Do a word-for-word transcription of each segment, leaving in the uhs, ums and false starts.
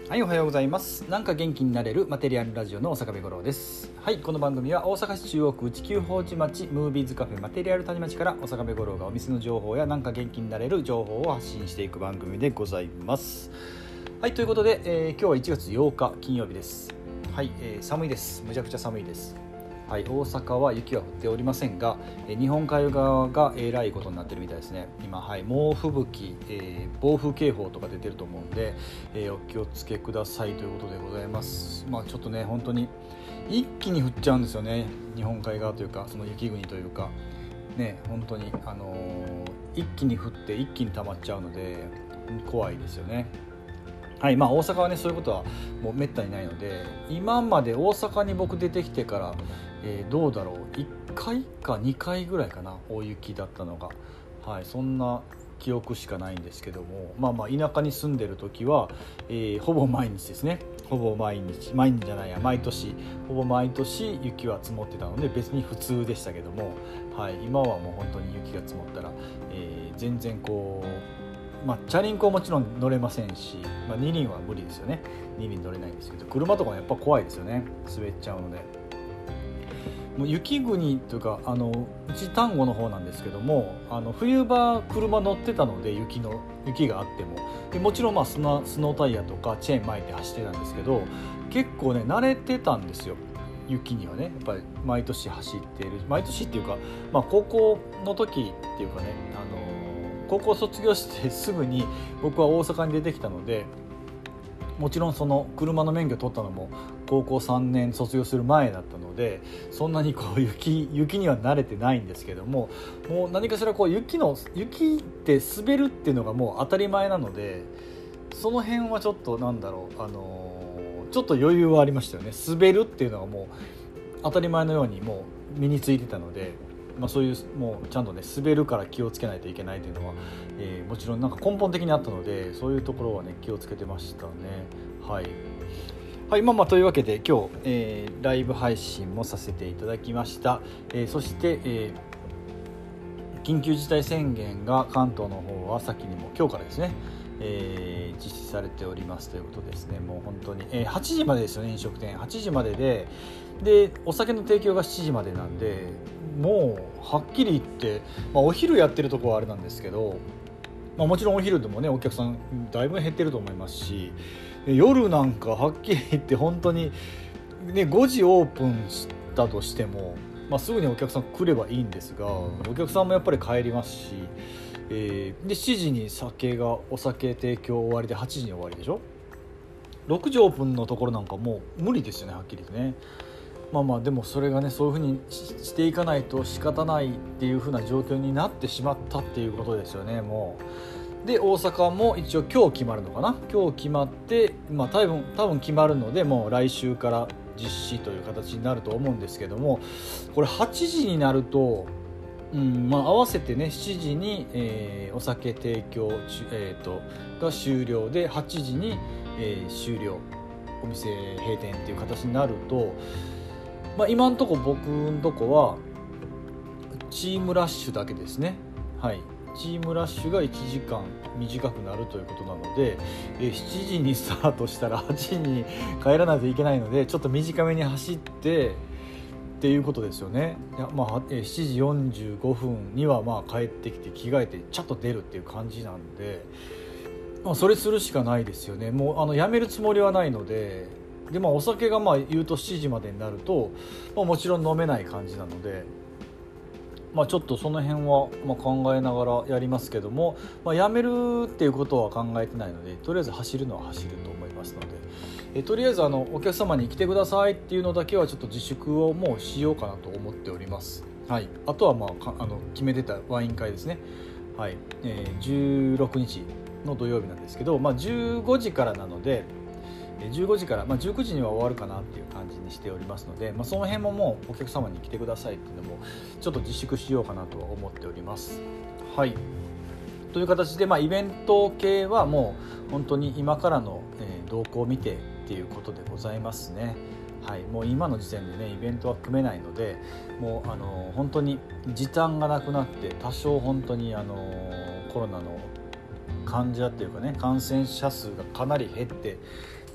はい、おはようございます。なんか元気になれるマテリアルラジオの大阪部五郎です。はい、この番組は大阪市中央区内久宝寺町ムービーズカフェマテリアル谷町から大阪部五郎がお店の情報やなんか元気になれる情報を発信していく番組でございます。はい、ということで、えー、今日はいちがつようか金曜日です。はい、えー、寒いです。むちゃくちゃ寒いです。はい、大阪は雪は降っておりませんが、え日本海側がえらいことになってるみたいですね。今、はい、猛吹雪、えー、暴風警報とか出てると思うんで、えー、お気をつけくださいということでございます。まあちょっとね、本当に一気に降っちゃうんですよね。日本海側というか、その雪国というかね、本当にあのー、一気に降って一気に溜まっちゃうので怖いですよね。はい、まあ大阪はねそういうことはもうめったにないので、今まで大阪に僕出てきてから、えー、どうだろういっかいかにかいぐらいかな、大雪だったのが。はい、そんな記憶しかないんですけども、まあまあ田舎に住んでる時は、えー、ほぼ毎日ですねほぼ毎日毎日じゃないや毎年ほぼ毎年雪は積もってたので別に普通でしたけども、はい、今はもう本当に雪が積もったら、えー、全然こうまあ、チャリンコはもちろん乗れませんし、まあ、二輪は無理ですよね。二輪乗れないんですけど、車とかもやっぱ怖いですよね。滑っちゃうので。もう雪国というか、あのうち丹後の方なんですけども、あの冬場車乗ってたので、雪の雪があってもでもちろんまあスノ、スノータイヤとかチェーン巻いて走ってたんですけど、結構ね慣れてたんですよ。雪にはねやっぱり毎年走っている毎年っていうか、まあ、高校の時っていうかね、あの高校卒業してすぐに僕は大阪に出てきたので、もちろんその車の免許取ったのも高校さんねん卒業する前だったので、そんなにこう 雪, 雪には慣れてないんですけども、もう何かしらこう雪の雪って滑るっていうのがもう当たり前なので、その辺はちょっとなんだろう、あのー、ちょっと余裕はありましたよね。滑るっていうのがもう当たり前のようにもう身についてたので、まあ、そういうもうちゃんとね滑るから気をつけないといけないというのは、えー、もちろんなんか根本的にあったので、そういうところはね気をつけてましたね。はい、はい、まあまあというわけで今日、えー、ライブ配信もさせていただきました。えー、そして、えー、緊急事態宣言が関東の方は先にも今日からですね、えー、実施されておりますということですね。もう本当に、えー、はちじまでですよね。飲食店はちじまでででお酒の提供がしちじまでなんで、もうはっきり言って、まあ、お昼やってるところはあれなんですけど、まあ、もちろんお昼でもねお客さんだいぶ減ってると思いますし、夜なんかはっきり言って本当に、ね、ごじオープンしたとしても、まあ、すぐにお客さん来ればいいんですが、お客さんもやっぱり帰りますし、えー、でしちじに酒がお酒提供終わりではちじに終わりでしょ。ろくじオープンのところなんかもう無理ですよね、はっきり言ってね。まあまあでもそれがねそういう風にしていかないと仕方ないっていう風な状況になってしまったっていうことですよね。もうで大阪も一応今日決まるのかな。今日決まって、まあ多分多分決まるので、もう来週から実施という形になると思うんですけども、これはちじになると、うんまあ、合わせてねしちじに、えー、お酒提供、えー、とが終了ではちじに、えー、終了、お店閉店っていう形になると、まあ、今のとこ僕のとこはチームラッシュだけですね。はい、チームラッシュがいちじかん短くなるということなので、えしちじにスタートしたらはちじに帰らないといけないので、ちょっと短めに走ってっていうことですよね。いや、まあ、しちじよんじゅうごふんにはまあ帰ってきて着替えてちょっと出るっていう感じなんで、まあ、それするしかないですよね。もうあのやめるつもりはないので。でまあ、お酒がまあ言うとしちじまでになると、まあ、もちろん飲めない感じなので、まあ、ちょっとその辺はまあ考えながらやりますけども、まあ、やめるっていうことは考えてないので、とりあえず走るのは走ると思いますので、えとりあえずあのお客様に来てくださいっていうのだけはちょっと自粛をもうしようかなと思っております。はい、あとはまああの決めてたワイン会ですね。はい、えー、じゅうろくにちの土曜日なんですけど、まあ、じゅうごじからなのでじゅうごじから、まあ、じゅうくじには終わるかなっていう感じにしておりますので、まあ、その辺ももうお客様に来てくださいっていうのもちょっと自粛しようかなとは思っております。はい、という形で、まあ、イベント系はもう本当に今からの、えー、動向を見てっていうことでございますね。はい、もう今の時点でねイベントは組めないので、もうあの本当に時短がなくなって、多少本当にあのコロナの患者っていうかね感染者数がかなり減ってっ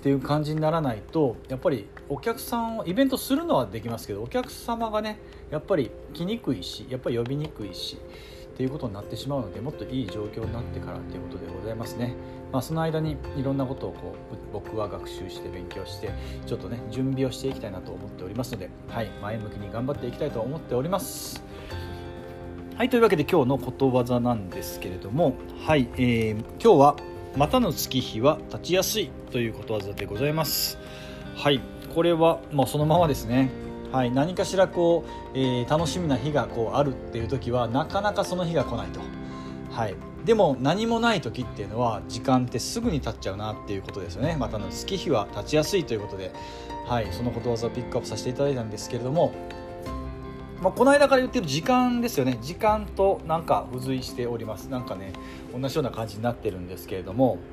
っていう感じにならないと、やっぱりお客さんをイベントするのはできますけど、お客様がねやっぱり来にくいし、やっぱり呼びにくいしっていうことになってしまうので、もっといい状況になってからということでございますね。まあ、その間にいろんなことをこう僕は学習して勉強してちょっとね準備をしていきたいなと思っておりますので、はい、前向きに頑張っていきたいと思っております。はい、というわけで今日のことわざなんですけれども、はい、えー、今日はまたの月日は立ちやすいということわざでございます。はい、これはもうそのままですね。はい、何かしらこう、えー、楽しみな日がこうあるっていう時はなかなかその日が来ないと。はい、でも何もない時っていうのは時間ってすぐに経っちゃうなっていうことですよね。またの月日は立ちやすいということで、はい、そのことわざをピックアップさせていただいたんですけれども、まあ、この間から言ってる時間ですよね。時間となんか付随しております。なんかね同じような感じになってるんですけれども、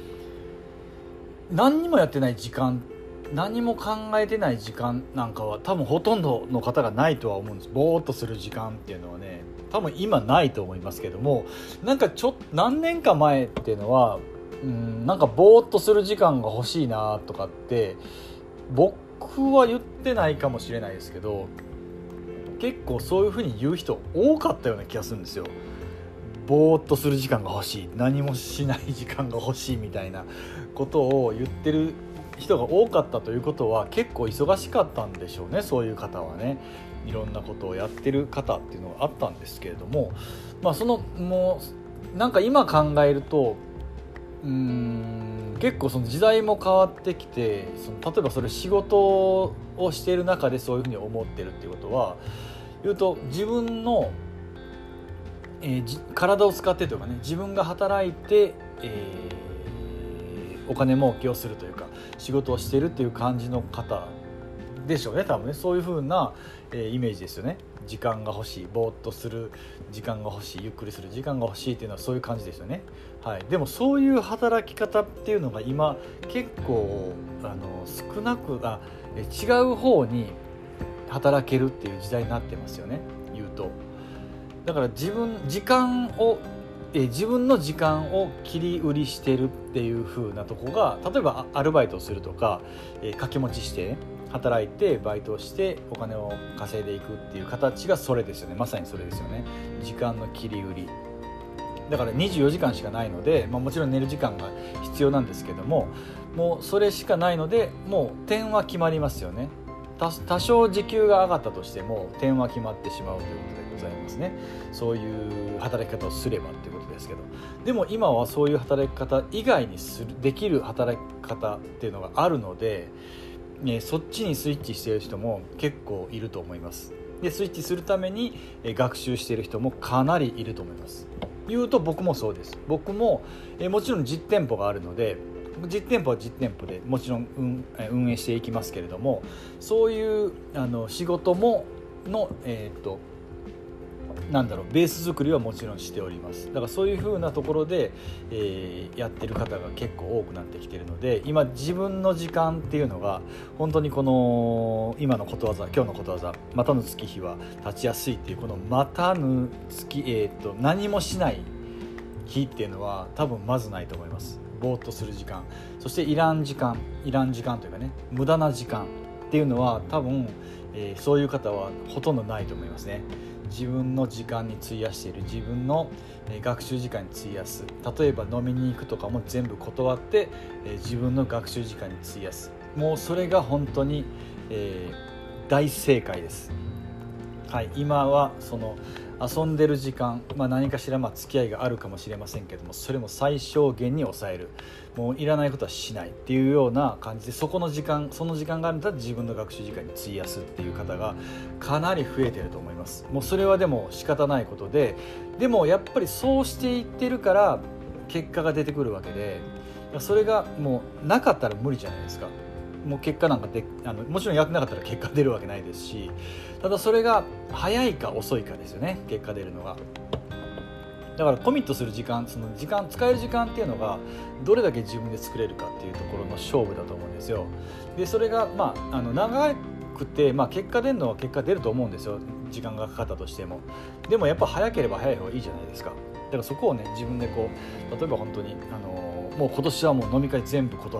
何にもやってない時間、何も考えてない時間なんかは多分ほとんどの方がないとは思うんです。ぼーっとする時間っていうのはね多分今ないと思いますけども、なんかちょっと何年か前っていうのはうんなんかぼーっとする時間が欲しいなとかって僕は言ってないかもしれないですけど、結構そういう風に言う人多かったような気がするんですよ。ぼーっとする時間が欲しい、何もしない時間が欲しいみたいなことを言ってる人が多かったということは結構忙しかったんでしょうね。そういう方はねいろんなことをやってる方っていうのがあったんですけれども、まあそのもうなんか今考えるとうーん結構その時代も変わってきて、その例えばそれ仕事をしている中でそういうふうに思ってるっていうことは言うと、自分の、えー、じ体を使ってというかね、自分が働いて、えー、お金儲けをするというか仕事をしているっていう感じの方でしょうね多分ね。そういう風な、えー、イメージですよね。時間が欲しい、ぼーっとする時間が欲しい、ゆっくりする時間が欲しいっていうのはそういう感じですよね。はい、でもそういう働き方っていうのが今結構あの少なくあ違う方に働けるっていう時代になってますよね。言うとだから自分時間をえ自分の時間を切り売りしてるっていう風なとこが、例えばアルバイトをするとか、え掛け持ちしてね働いてバイトをしてお金を稼いでいくっていう形がそれですよね。まさにそれですよね。時間の切り売りだからにじゅうよじかんしかないので、まあ、もちろん寝る時間が必要なんですけども、もうそれしかないのでもう点は決まりますよね。多, 多少時給が上がったとしても点は決まってしまうということでございますね。そういう働き方をすればということですけど、でも今はそういう働き方以外にするできる働き方っていうのがあるので、ね、そっちにスイッチしている人も結構いると思います。でスイッチするために学習している人もかなりいると思います。言うと僕もそうです。僕もえもちろん実店舗があるので、実店舗は実店舗でもちろん運、運営していきますけれども、そういうあの仕事もの、えー、となんだろうベース作りはもちろんしております。だからそういう風なところで、えー、やってる方が結構多くなってきているので、今自分の時間っていうのが本当にこの今のことわざ、今日のことわざまたの月日は立ちやすいっていうこのまたぬ月、えー、と何もしない日っていうのは多分まずないと思います。ぼーっとする時間、そしていらん時間いらん時間というかね無駄な時間っていうのは多分、えー、そういう方はほとんどないと思いますね。自分の時間に費やしている、自分の学習時間に費やす、例えば飲みに行くとかも全部断って自分の学習時間に費やす、もうそれが本当に、えー、大正解です。はい、今はその遊んでる時間、まあ、何かしらまあ付き合いがあるかもしれませんけども、それも最小限に抑える、もういらないことはしないっていうような感じで、そこの時間その時間があるんだったら自分の学習時間に費やすっていう方がかなり増えてると思います。もうそれはでも仕方ないことで、でもやっぱりそうしていってるから結果が出てくるわけで、それがもうなかったら無理じゃないですか。もう結果なんかであのもちろんやってなかったら結果出るわけないですし、ただそれが早いか遅いかですよね、結果出るのが。だからコミットする時間、その時間使える時間っていうのがどれだけ自分で作れるかっていうところの勝負だと思うんですよ。でそれがまああの長くて、まあ、結果出るのは結果出ると思うんですよ、時間がかかったとしても。でもやっぱ早ければ早い方がいいじゃないですか。だからそこをね自分でこう例えば本当にあのもう今年はもう飲み会全部断る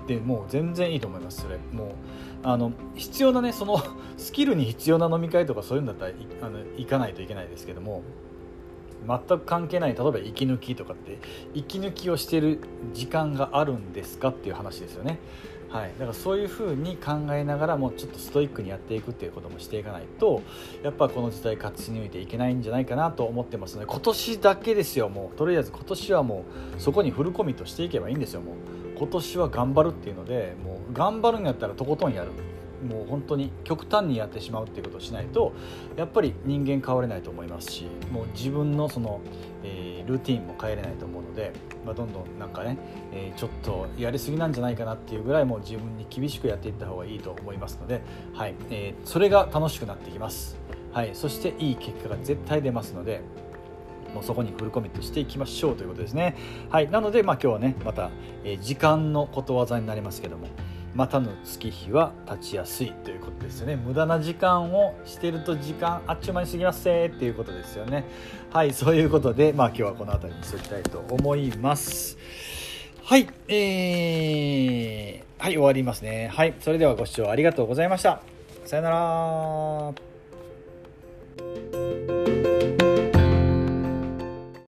でもう全然いいと思います。それもうあの必要なねそのスキルに必要な飲み会とかそういうんだったらあの行かないといけないですけども、全く関係ない、例えば息抜きとかって息抜きをしている時間があるんですかっていう話ですよね。はい、だからそういう風に考えながらもちょっとストイックにやっていくっていうこともしていかないと、やっぱこの時代勝ち抜いていけないんじゃないかなと思ってますので、今年だけですよ。もうとりあえず今年はもうそこにフルコミットしていけばいいんですよ。もう今年は頑張るっていうので、もう頑張るんやったらとことんやる、もう本当に極端にやってしまうっていうことをしないとやっぱり人間変われないと思いますし、もう自分のその、えー、ルーティンも変えれないと思うので、まあ、どんどんなんかね、えー、ちょっとやりすぎなんじゃないかなっていうぐらいもう自分に厳しくやっていった方がいいと思いますので、はいえー、それが楽しくなってきます。はい、そしていい結果が絶対出ますので、もうそこにフルコミットしていきましょうということですね。はい、なので、まあ、今日はねまた、えー、時間のことわざになりますけども、またの月日は立ちやすいということですよね。無駄な時間をしてると時間あっちゅう間に過ぎますせーっていうことですよね。はい、そういうことで、まあ今日はこの辺りにしておきたいと思います。はい、えー、はい終わりますね。はい、それではご視聴ありがとうございました。さよなら。